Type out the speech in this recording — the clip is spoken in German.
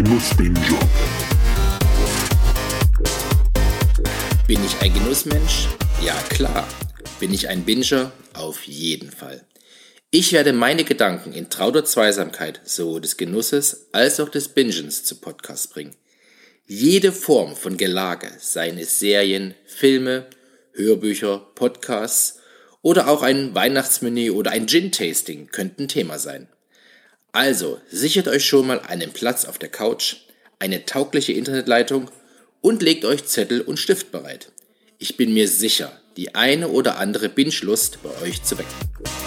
Genussbinger. Bin ich ein Genussmensch? Ja, klar. Bin ich ein Binger? Auf jeden Fall. Ich werde meine Gedanken in trauter Zweisamkeit sowohl des Genusses als auch des Bingens zu Podcast bringen. Jede Form von Gelage, seien es Serien, Filme, Hörbücher, Podcasts oder auch ein Weihnachtsmenü oder ein Gin-Tasting könnten Thema sein. Also sichert euch schon mal einen Platz auf der Couch, eine taugliche Internetleitung und legt euch Zettel und Stift bereit. Ich bin mir sicher, die eine oder andere Binge-Lust bei euch zu wecken.